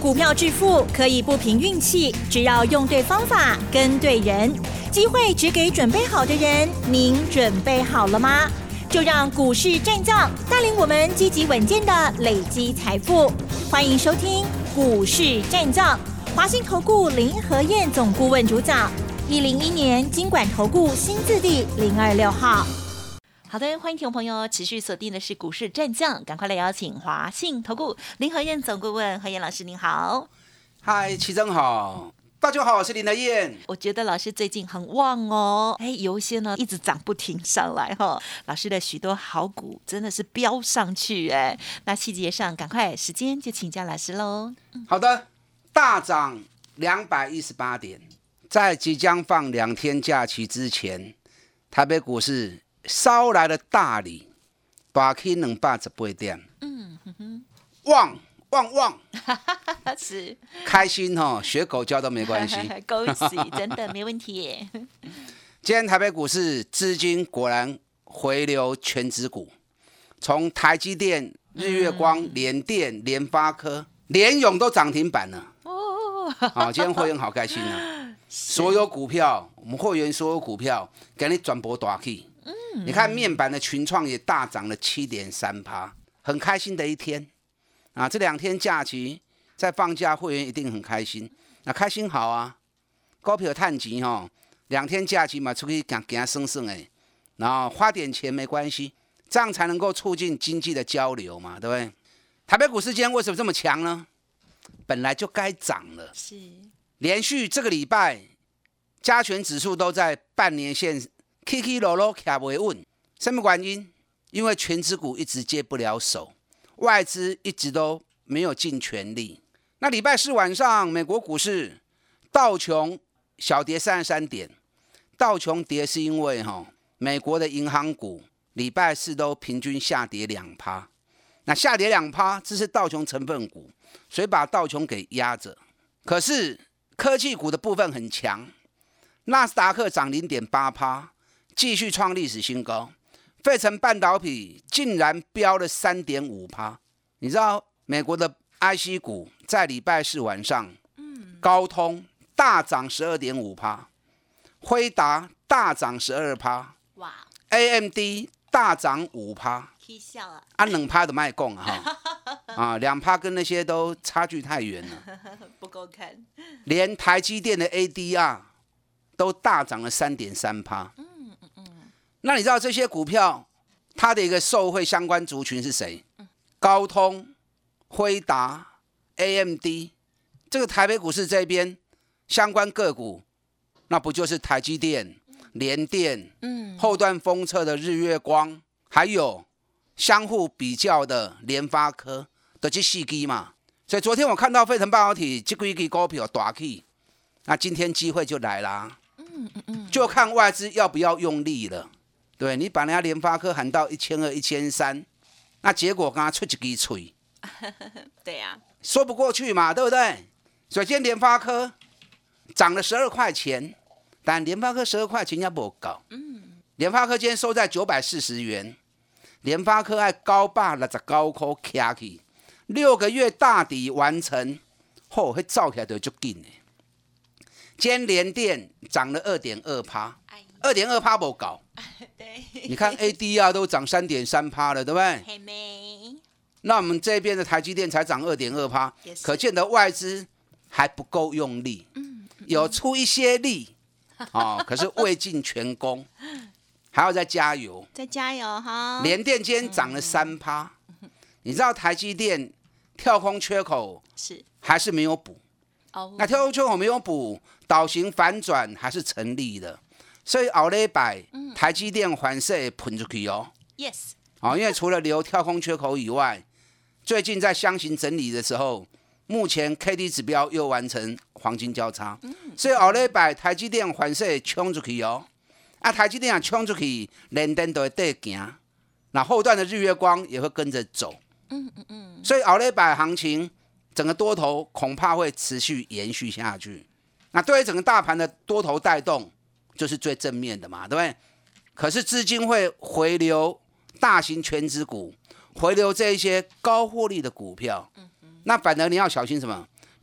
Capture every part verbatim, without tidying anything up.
股票致富可以不凭运气，只要用对方法、跟对人，机会只给准备好的人。您准备好了吗？就让股市战将带领我们积极稳健的累积财富。欢迎收听股市战将，华信投顾林和彥总顾问主讲，一零一年金管投顾新字第零二六号。好的，欢迎听众朋友持续锁定的是股市战将，赶快来邀请华信投顾林和彥总顾问，和彥老师您好。 嗨，齐正好，大家好，我是林和彥。 我觉得老师最近很旺哦，哎，有一些呢一直涨不停上来哈、哦，老师的许多好股真的是飙上去哎，那细节上赶快时间就请教老师喽。 好的，大涨两百一十八点，在即将放两天假期之前，台北股市捎来了大礼，大起两百十八点，嗯哼哼，旺旺旺， 是开心哦，学狗叫都没关系， 恭喜，真的没问题耶。 今天台北股市资金果然回流全指股，从台积电、日月光、嗯、联电、联发科、联咏都涨停板了。哦，好，今天会员好开心啊！所有股票，我们会员所有股票给你转播大起。嗯，你看面板的群创也大涨了 百分之七点三， 很开心的一天啊！这两天假期在放假，会员一定很开心。那开心好啊，股票赚钱哦，两天假期嘛，出去行行省省的，然后花点钱没关系，这样才能够促进经济的交流嘛，对不对？台北股市今天为什么这么强呢？本来就该涨了，是连续这个礼拜加权指数都在半年线起起落落卡不稳，什么原因？因为全指股一直接不了手，外资一直都没有尽全力。那礼拜四晚上，美国股市道琼小跌三十三点，道琼跌是因为、哦、美国的银行股礼拜四都平均下跌 百分之二， 那下跌 百分之二， 这是道琼成分股，所以把道琼给压着。可是科技股的部分很强，纳斯达克涨 零点八， 继续创历史新高，费城半导体竟然飙了 三点五。 你知道美国的 I C 股在礼拜四晚上，嗯、高通大涨 十二点五， 辉达大涨 十二， 哇 A M D 大涨 五， 踢笑了啊，两趴都卖讲啊，啊，两趴跟那些都差距太远了， 不够看。 连台积电的 A D R 都大涨了 三点三。嗯嗯嗯。那你知道这些股票它的一个受惠相关族群是谁？嗯、高通、辉达、A M D， 这个台北股市这边相关个股，那不就是台积电、联电，嗯，后段封测的日月光，还有相互比较的联发科的这四支嘛。所以昨天我看到费城半导体这几支股票大起，那今天机会就来啦，嗯嗯嗯，就看外资要不要用力了。对，你把人家联发科喊到一千二、一千三，那结果刚刚出一支嘴， 对呀、啊， 说不过去嘛，对不对？所以今天联发科涨了十二块钱，但联发科十二块钱也不够。嗯，联发科今天收在九百四十元，联发科爱高百六十九块卡起，六个月大底完成，后会造起来就足紧的。今天联电涨了 二点二， 二点二 不够。对，你看 A D R 都涨 三点三 了，对不对？那我们这边的台积电才涨 二点二， 可见的外资还不够用力，嗯、有出一些力、哦、可是未尽全功，还要再加油， 再加油哈！ 联电今天涨了 三， 嗯、你知道台积电跳空缺口是还是没有补？哦、那跳空缺口没有补，倒型反转还是成立的。所以后礼拜台积电反射会喷出去哦。Yes。哦，因为除了留跳空缺口以外，最近在箱型整理的时候，目前 K D 指标又完成黄金交叉，嗯、所以后礼拜台积电反射会冲出去哦。啊，台积电啊冲出去，联电都会跟着行，那后段的日月光也会跟着走。嗯嗯嗯。所以后礼拜行情整个多头恐怕会持续延续下去。那对于整个大盘的多头带动，就是最正面的嘛，对不对？可是资金会回流大型全指股，回流这一些高获利的股票，嗯、那反而你要小心什么？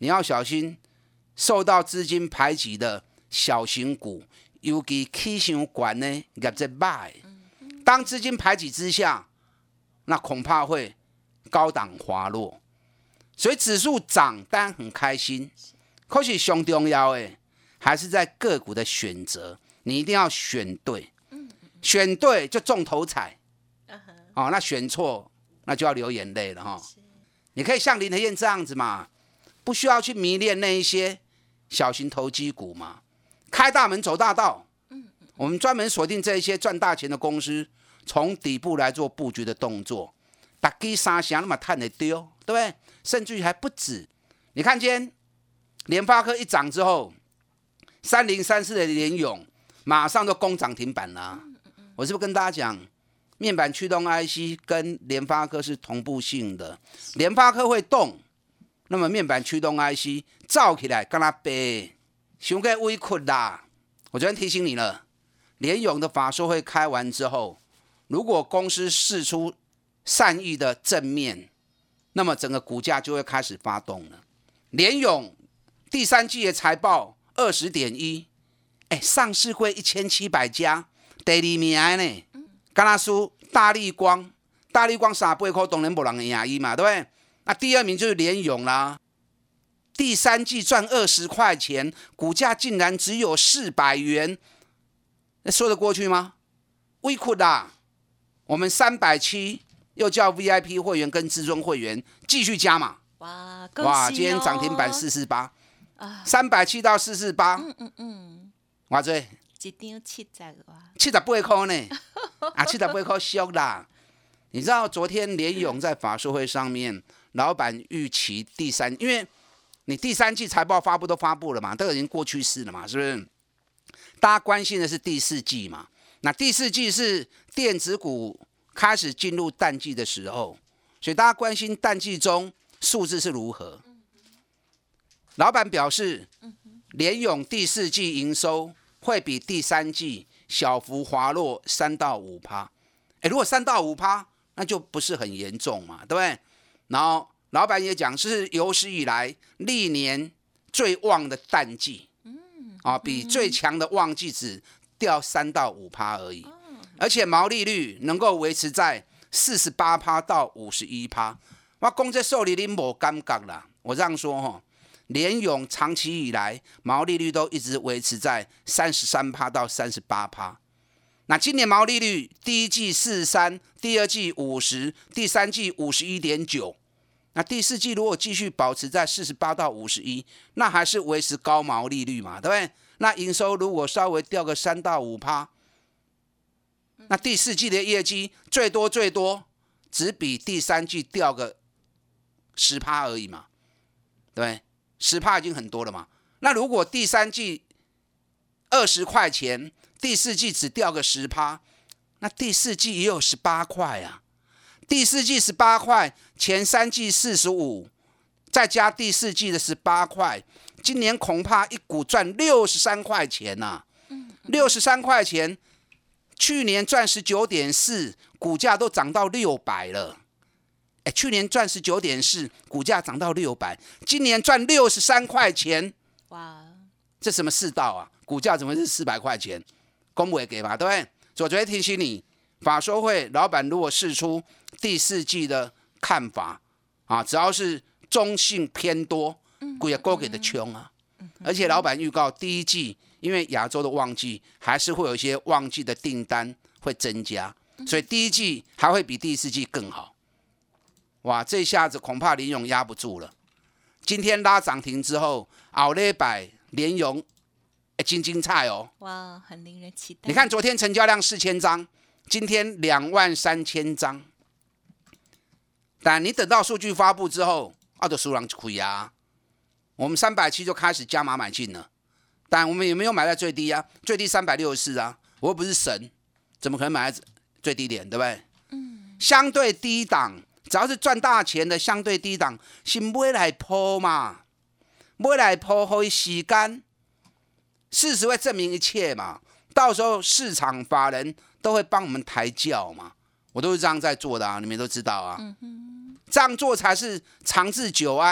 你要小心受到资金排挤的小型股，尤其起伤悬呢，业绩歹。当资金排挤之下，那恐怕会高档滑落。所以指数涨当然很开心，可是最重要的还是在个股的选择，你一定要选对，选对就中头彩，哦，那选错那就要流眼泪了哈、哦。你可以像林和燕这样子嘛，不需要去迷恋那一些小型投机股嘛，开大门走大道。我们专门锁定这一些赚大钱的公司，从底部来做布局的动作，把基三成那么探得丢，对不对？甚至于还不止。你看今天联发科一涨之后，三零三四的联咏马上就攻涨停板了、啊。我是不是跟大家讲，面板驱动 I C 跟联发科是同步性的，联发科会动，那么面板驱动 I C 造起来跟它背，想个委屈啦。我昨天提醒你了，联咏的法说会开完之后，如果公司释出善意的正面，那么整个股价就会开始发动了。联咏第三季的财报二十点一，哎，上市柜一千七百家，第二名呢，刚才输大立光，大立光三百块当然没人赢伊嘛，对不对？那第二名就是联咏啦，第三季赚二十块钱，股价竟然只有四百元，那说得过去吗？委屈啦，我们三百七。又叫 V I P 会员跟至尊会员继续加码， 哇， 恭喜哦！哇，今天涨停板四四八，三百七到四四八，嗯嗯嗯，哇这一张七十哇， 七十八块呢，啊，七十八块俗啦。你知道昨天联咏在法说会上面，老板预期第三，因为你第三季财报发布都发布了嘛，都已经过去式了嘛，是不是？大家关心的是第四季嘛，那第四季是电子股开始进入淡季的时候，所以大家关心淡季中数字是如何。老板表示，联咏第四季营收会比第三季小幅滑落三到五趴。哎，如果三到五趴，那就不是很严重嘛，对不对？然后老板也讲，是有史以来历年最旺的淡季，啊，比最强的旺季只掉三到五趴而已。而且毛利率能够维持在四十八趴到五十一趴，我讲这数字你没感觉啦。我这样说哈，联咏长期以来毛利率都一直维持在三十三趴到三十八趴。那今年毛利率第一季四十三，第二季五十，第三季五十一点九。那第四季如果继续保持在四十八到五十一，那还是维持高毛利率嘛，对不对？那营收如果稍微掉个三到五趴。那第四季的业绩最多最多只比第三季掉个十趴而已嘛，对不对？十趴已经很多了嘛。那如果第三季二十块钱，第四季只掉个十趴，那第四季也有十八块啊。第四季十八块，前三季四十五，再加第四季的十八块，今年恐怕一股赚六十三块钱呐、啊。六十三块钱。去年赚 十九点四， 股价都涨到六百了。哎，去年赚 十九点四， 股价涨到六百，今年赚六十三块钱。哇，这什么世道啊？股价怎么是四百块钱？公不会给嘛，对不对？所以我昨天提醒你，法说会老板如果释出第四季的看法啊，只要是中性偏多，股也够给的穷啊。而且老板预告第一季。因为亚洲的旺季还是会有一些旺季的订单会增加，所以第一季还会比第四季更好。哇，这下子恐怕联咏压不住了。今天拉涨停之后，后礼拜联咏真精彩哦。 哇，很令人期待。 你看昨天成交量四千张，今天两万三千张。但你等到数据发布之后，啊，就输人就亏啊。我们三百七就开始加码买进了。但我们也没有买在最低啊，最低三百六十四啊，我又不是神，怎么可能买在最低点，对不对？嗯，相对低档，只要是赚大钱的相对低档，是买来抛嘛，买来抛可以时间，事实会证明一切嘛，到时候市场法人都会帮我们抬轿嘛，我都是这样在做的啊，你们都知道啊，嗯、这样做才是长治久安，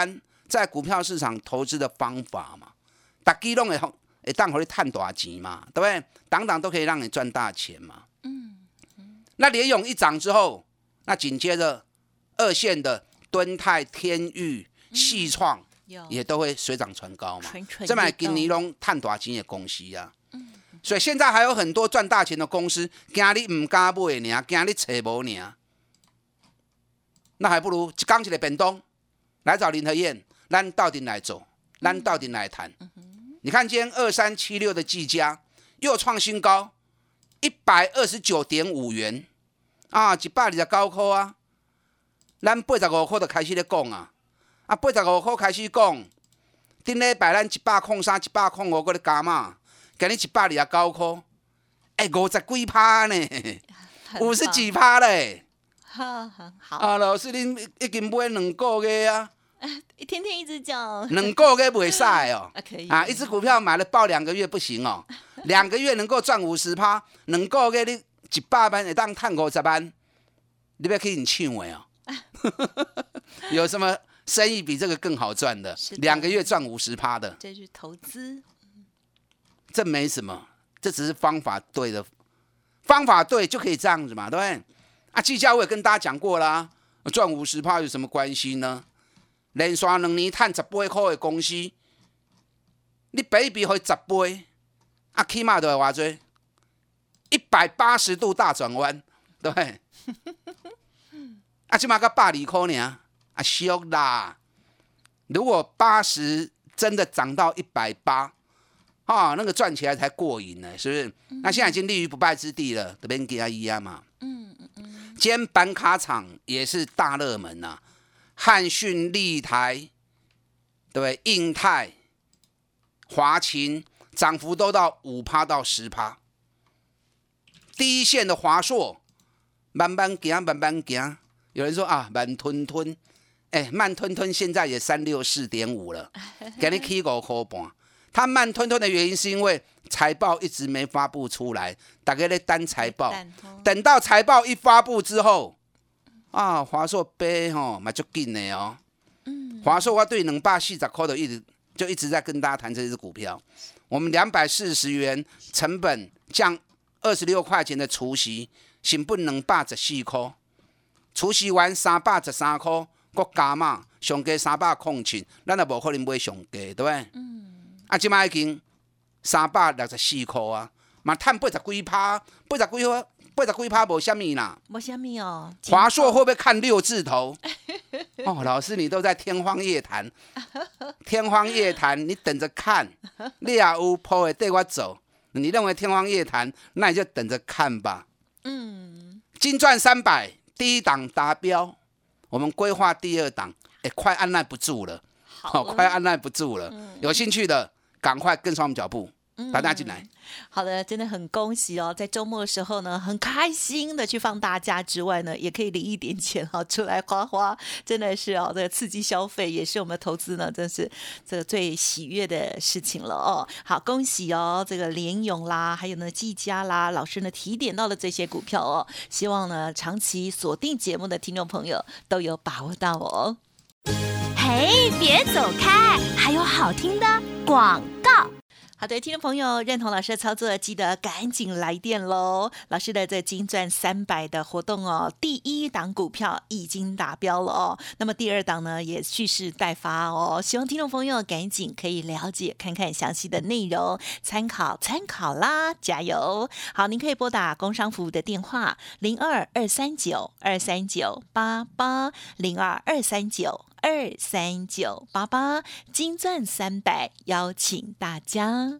在股票市场投资的方法嘛，大家都会会当可以赚大钱嘛，对不对？档档都可以让你赚大钱嘛。嗯，那联咏一涨之后，那紧接着二线的敦泰、天钰、细创、嗯、也都会水涨船高嘛。这买今年拢赚大钱的公司啊。嗯，所以现在还有很多赚大钱的公司，惊你唔敢买呢，惊你找无呢。那还不如一刚起来便当，来找林和燕，咱到底来走，咱到底来谈。嗯、你看今天二三七六的技嘉又创新高，一百二十九点五元啊，一百二十九块啊。咱八十五块就开始咧讲啊，啊八十五块开始讲，顶礼拜咱一百空三、一百空五个咧加码，今日一百二十九块，哎五十几趴呢，五十几趴嘞。 好，很好啊！老师，恁已經買兩個月啊？ 一天天一直講， 兩個月袂使哦。 啊，可以啊！一隻股票買了抱兩個月不行哦，兩個月能夠賺五十趴，兩個月你一百萬會當賺五十萬，你不要去你搶我哦。有什麼生意比這個更好賺的？兩個月賺五十趴的， 這是投資， 這沒什麼，這只是方法對的，方法對就可以這樣子嘛，對不對？啊，技嘉我也跟大家講過啦，賺五十趴有什麼關係呢？連續兩年賺十八塊的公司，你本益比可以十倍，啊，起碼都要偌多？一百八十度大轉彎，對不對？啊，起碼個百二塊呢，啊，俗啦。如果八十真的漲到一百八，啊，那個賺起來才過癮呢，是不是？嗯、那現在已經立於不敗之地了，都別給他一樣嘛。嗯嗯嗯。今天板卡廠也是大熱門吶、啊，漢訊、立台，對，印泰、華勤漲幅都到五趴到十趴。第一線的華碩慢慢行，慢慢行。有人說啊，慢吞吞，哎，慢吞吞現在也三六四點五了，給你起五塊半。它慢吞吞的原因是因為財報一直沒發布出來，大家在等財報，等到財報一發布之後，啊，華碩杯吼嘛就緊的哦。華碩我對兩百四十塊的一直就一直在跟大家談這支股票，我們兩百四十元成本降二十六塊錢的除息，成本兩百十四塊，除息完三百十三塊，國加碼上加三百空錢，咱也無可能買上加，對不對？嗯。啊，即擺已經三百六十四塊啊，嘛賺八十幾趴，八十幾趴，八十幾趴無蝦米啦， 無蝦米哦。 華碩會不會看六字頭？哦，老師你都在天方夜譚，天方夜譚，你等着看，你也有鋪會對我走，你認為天方夜譚，那你就等着看吧。嗯，金鑽三百第一檔達標，我們規劃第二檔，哎，快按捺不住了，好、哦，快按捺不住了，嗯、有興趣的。趕快跟上我們腳步，大家進來、嗯。 好的，真的很恭喜哦！在周末的時候呢，很開心的去放大假之外呢，也可以領一點錢哈、哦、出來花花，真的是哦，這個刺激消費也是我們投資呢，真是這個最喜悅的事情了哦。好，恭喜哦！這個聯詠啦，還有呢技嘉啦，老師呢提點到了這些股票哦，希望呢長期鎖定節目的聽眾朋友都有把握到哦。 嘿，別走開，還有好聽的廣告。 好的，聽眾朋友認同老師的操作，記得趕緊來電嘍！老師的這金鑽三百的活動哦，第一檔股票已經達標了哦，那麼第二檔呢也蓄勢待發哦，希望聽眾朋友趕緊可以了解看看詳細的內容，參考參考啦，加油！好，您可以撥打工商服務的電話零二二三九二三九八八零二二三九。二三九八八金鑽三百，邀請大家。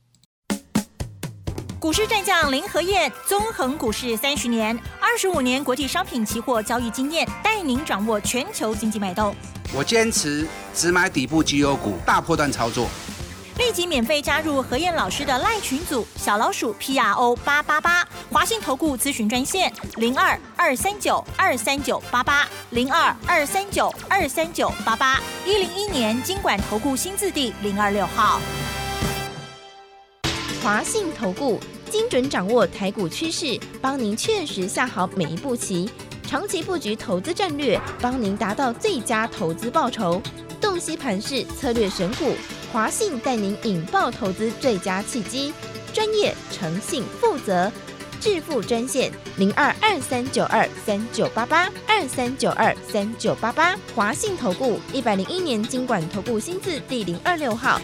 股市戰將林和彥，縱橫股市三十年，二十五年國際商品期貨交易經驗，帶您掌握全球經濟脈動。 我堅持只買底部績優股，大波段操作。 立即免費加入和彥老師的賴群組，小老鼠 P R O 八八八，華信投顧諮詢專線零二二三九二三九八八零二二三九二三九八八，一零一年金管投顧新字第零二六號。 華信投顧精準掌握台股趨勢，幫您確實下好每一步棋，長期佈局投資戰略，幫您達到最佳投資報酬。動洞悉盘势，策略选股，华信带您引爆投资最佳契机，专业、诚信、负责。致富专线零二二三九二三九八八二三九二三九八八，华信投顾一百零一年金管投顾新字第零二六号。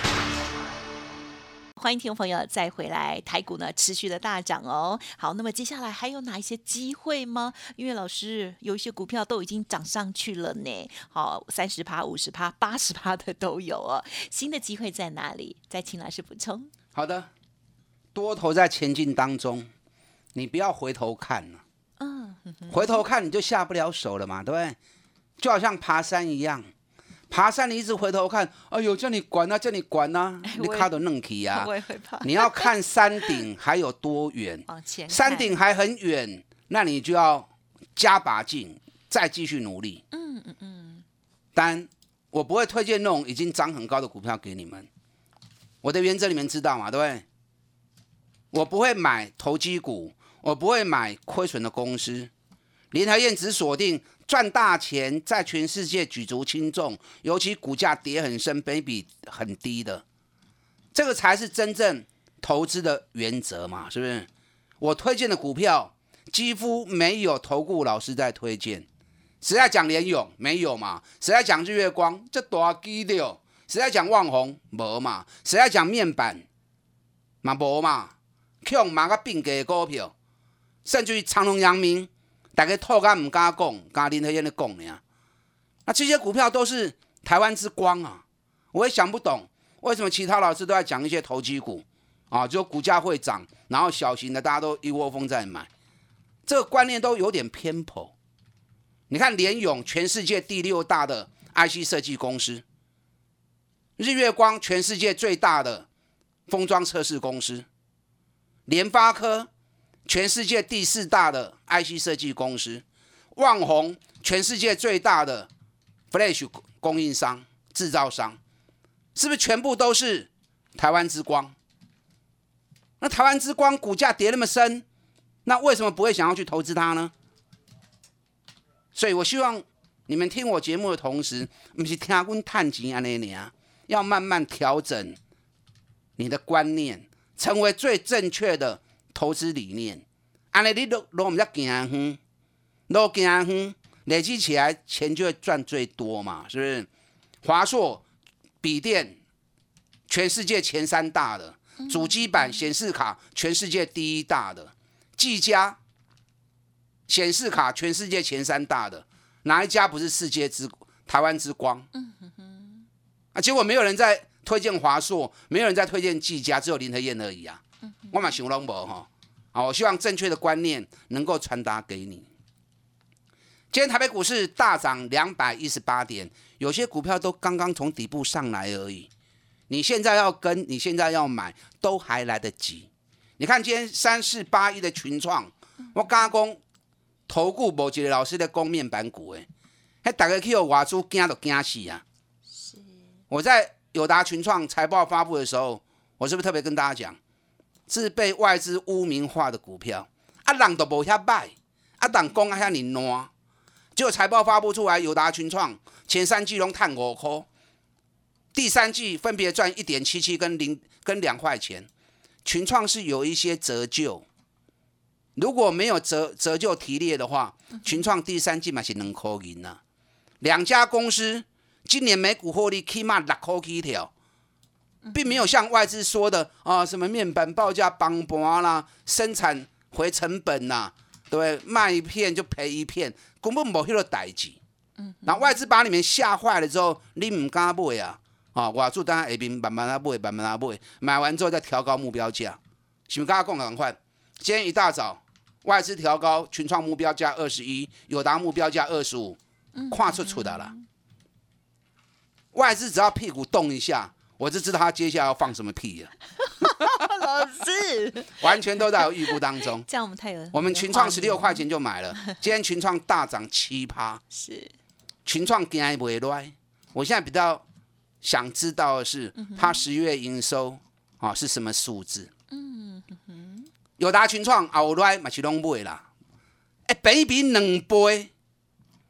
欢迎听众朋友再回来，台股呢持续的大涨哦。好，那么接下来还有哪一些机会吗？因为老师有一些股票都已经涨上去了呢，好，三十趴、五十趴、八十趴的都有哦。新的机会在哪里？再请老师补充。 好的，多头在前进当中，你不要回头看了、啊嗯、回头看你就下不了手了嘛，对不对？就好像爬山一样。爬山你一直回头看，哎呦，叫你管啊，叫你管啊，你卡都弄起啊！ 我也会怕。 你要看山顶还有多远， 往前看山顶还很远，那你就要加把劲，再继续努力。 嗯嗯嗯。 当然，我不会推荐那种已经涨很高的股票给你们。我的原则你们知道嘛，对不对？我不会买投机股，我不会买亏损的公司。联合燕只锁定赚大钱，在全世界举足轻重，尤其股价跌很深，本益比很低的，这个才是真正投资的原则嘛，是不是？我推荐的股票几乎没有投顾老师在推荐，谁在讲联咏？没有嘛？谁在讲日月光？这大基的，谁在讲旺宏？没嘛？谁在讲面板？嘛没嘛？强嘛个并给股票，甚至于长荣、阳明。大家透干唔敢讲，敢林和燕的讲呢。那这些股票都是台湾之光啊！我也想不懂，为什么其他老师都在讲一些投机股啊，就股价会涨，然后小型的大家都一窝蜂在买，这个观念都有点偏颇。你看联咏，全世界第六大的 I C 设计公司；日月光，全世界最大的封装测试公司；联发科。全世界第四大的 I C 设计公司，旺宏全世界最大的 Flash 供应商、制造商，是不是全部都是台湾之光？那台湾之光股价跌那么深，那为什么不会想要去投资它呢？所以我希望你们听我节目的同时，不是听我探钱这样，要慢慢调整你的观念，成为最正确的投资理念，安尼你都都唔得行远，都行远，累积起来钱就会赚最多嘛，是不是？华硕笔电全世界前三大的，主机板显示卡全世界第一大的，技嘉显示卡全世界前三大的，哪一家不是世界之台湾之光？啊，结果没有人在推荐华硕，没有人在推荐技嘉，只有林和燕而已啊。我嘛想拢无哈，啊，我希望正确的观念能够传达给你。今天台北股市大涨两百一十八点，有些股票都刚刚从底部上来而已。你现在要跟，你现在要买，都还来得及。你看今天三四八一的群创，我刚讲投顾无一个老师在讲面板股诶，迄大家去外资惊都惊死啊！是我在友达群创财报发布的时候，我是不是特别跟大家讲？是被外资污名化的股票，啊人都无遐歹，啊人讲啊遐尼烂，结果财报发布出来，友达群创前三季拢赚五块，第三季分别赚一点七七跟零跟两块钱，群创是有一些折旧，如果没有折折旧提列的话，群创第三季嘛是两块银啊，两家公司今年每股获利起码六块起跳。并没有像外资说的啊，什么面板报价崩盘啦，生产回成本啦，对不对？卖一片就赔一片，根本没有那个代志。嗯，然后外资把你们吓坏了之后，你唔敢买啊？啊，外资当然下面慢慢啊买，慢慢啊买，买完之后再调高目标价。是不是刚刚讲的很快？今天一大早，外资调高群创目标价二十一，友达目标价二十五，看出出来了。外资只要屁股动一下，我就知道他接下来要放什么屁了。 老师， 完全都在预估当中。 这样我们太有， 我们群创十六块钱就买了，今天群创大涨七趴。是，群创今天不会来。我现在比较想知道的是，它十月营收啊是什么数字？嗯哼，友达群创后来嘛是拢买啦，哎，本益比两倍，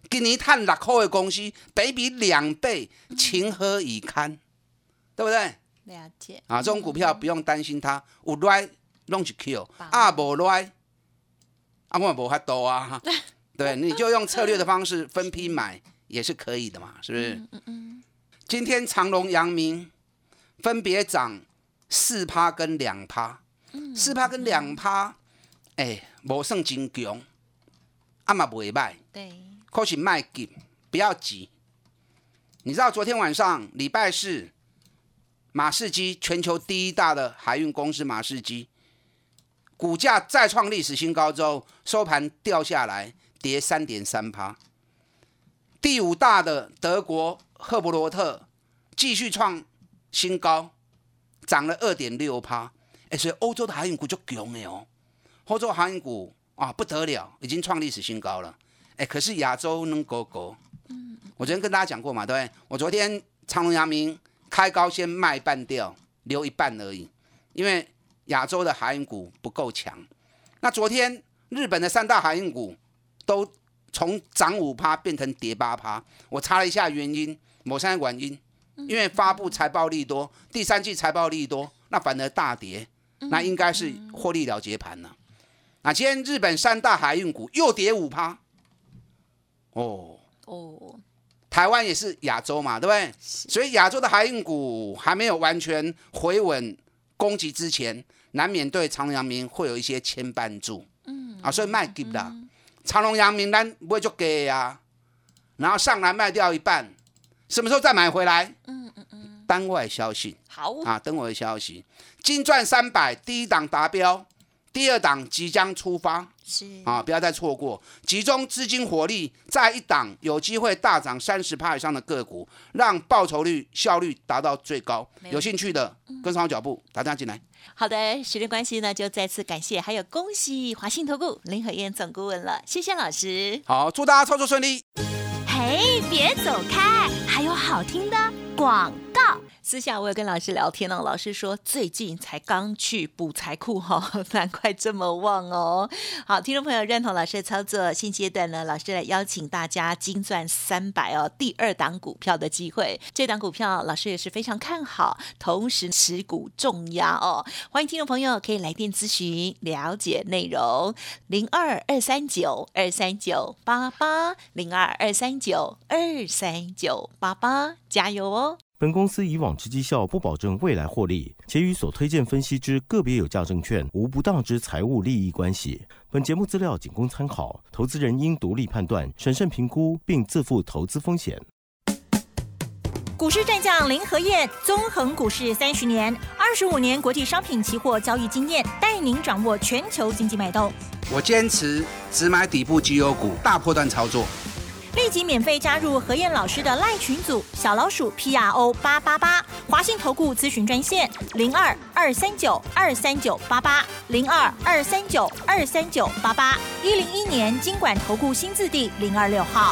今年赚六块的公司，本益比两倍，情何以堪？对不对？ 了解啊，这种股票不用担心它有来弄去 Q， 啊无来，啊我也无法度啊。对，你就用策略的方式分批买也是可以的嘛，是不是？嗯嗯嗯、今天长荣、阳明分别涨四趴跟两趴，四趴跟两趴，哎，无算真强，啊嘛袂歹。 对， 可是卖急，不要急。你知道昨天晚上礼拜四，马士基全球第一大的海运公司马士基，股价再创历史新高之后，收盘掉下来，跌 三点三趴。第五大的德国赫伯罗特继续创新高，涨了 二点六趴。哎，所以欧洲的海运股就强的哦，欧洲海运股啊不得了，已经创历史新高了。哎，可是亚洲能狗狗，嗯，我昨天跟大家讲过嘛，对不对？我昨天长荣、阳明开高先卖半掉，留一半而已，因为亚洲的海运股不够强。那昨天日本的三大海运股都从涨五趴变成跌八趴，我查了一下原因，某三个原因，因为发布财报利多，第三季财报利多，那反而大跌，那应该是获利了结盘了。那今天日本三大海运股又跌五趴。哦哦，台湾也是亚洲嘛，对不对？所以亚洲的海运股还没有完全回稳攻击之前，难免对长荣、阳明会有一些牵绊住。嗯啊，所以卖急啦。嗯、长荣、阳明咱不会就给呀，然后上来卖掉一半，什么时候再买回来？嗯嗯嗯，单外消息。 好啊，等我的消息。金赚三百，第一档达标。第二档即将出发， 是啊，不要再错过，集中资金火力，在一档有机会大涨 百分之三十 以上的个股，让报酬率效率达到最高。有兴趣的跟上我脚步，打电话进来。 好的，时间关系呢，就再次感谢，还有恭喜华信投顾林和彥总顾问了，谢谢老师。 好，祝大家操作顺利。 嘿，别走开，还有好听的广告。 私下我有跟老师聊天哦，老师说最近才刚去补财库哈，难怪这么旺哦。好，听众朋友认同老师的操作，现阶段呢，老师来邀请大家金赚三百哦，第二档股票的机会，这档股票老师也是非常看好，同时持股重压哦。欢迎听众朋友可以来电咨询了解内容，零二二三九二三九八八零二二三九二三九八八，加油哦！ 本公司以往之绩效不保证未来获利，且与所推荐分析之个别有价证券无不当之财务利益关系。本节目资料仅供参考，投资人应独立判断、审慎评估，并自负投资风险。 股市战将林和彥，纵横股市三十年，二十五年国际商品期货交易经验，带您掌握全球经济脉动。 我坚持只买底部绩优股，大波段操作。 立即免费加入和彥老师的赖群组，小老鼠 P R O 八八八，华信投顾咨询专线零二二三九二三九八八零二二三九二三九八八，一零一年金管投顾新字第零二六号。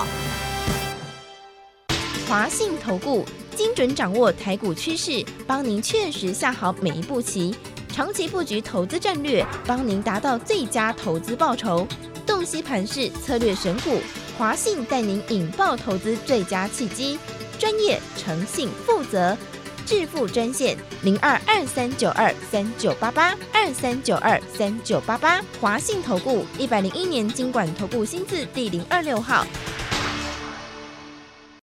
华信投顾精准掌握台股趋势，帮您确实下好每一步棋，长期布局投资战略，帮您达到最佳投资报酬。洞悉盘势，策略选股，华信带您引爆投资最佳契机，专业、诚信、负责，致富专线零二二三九二三九八八二三九二三九八八，华信投顾一百零一年金管投顾新字第零二六号。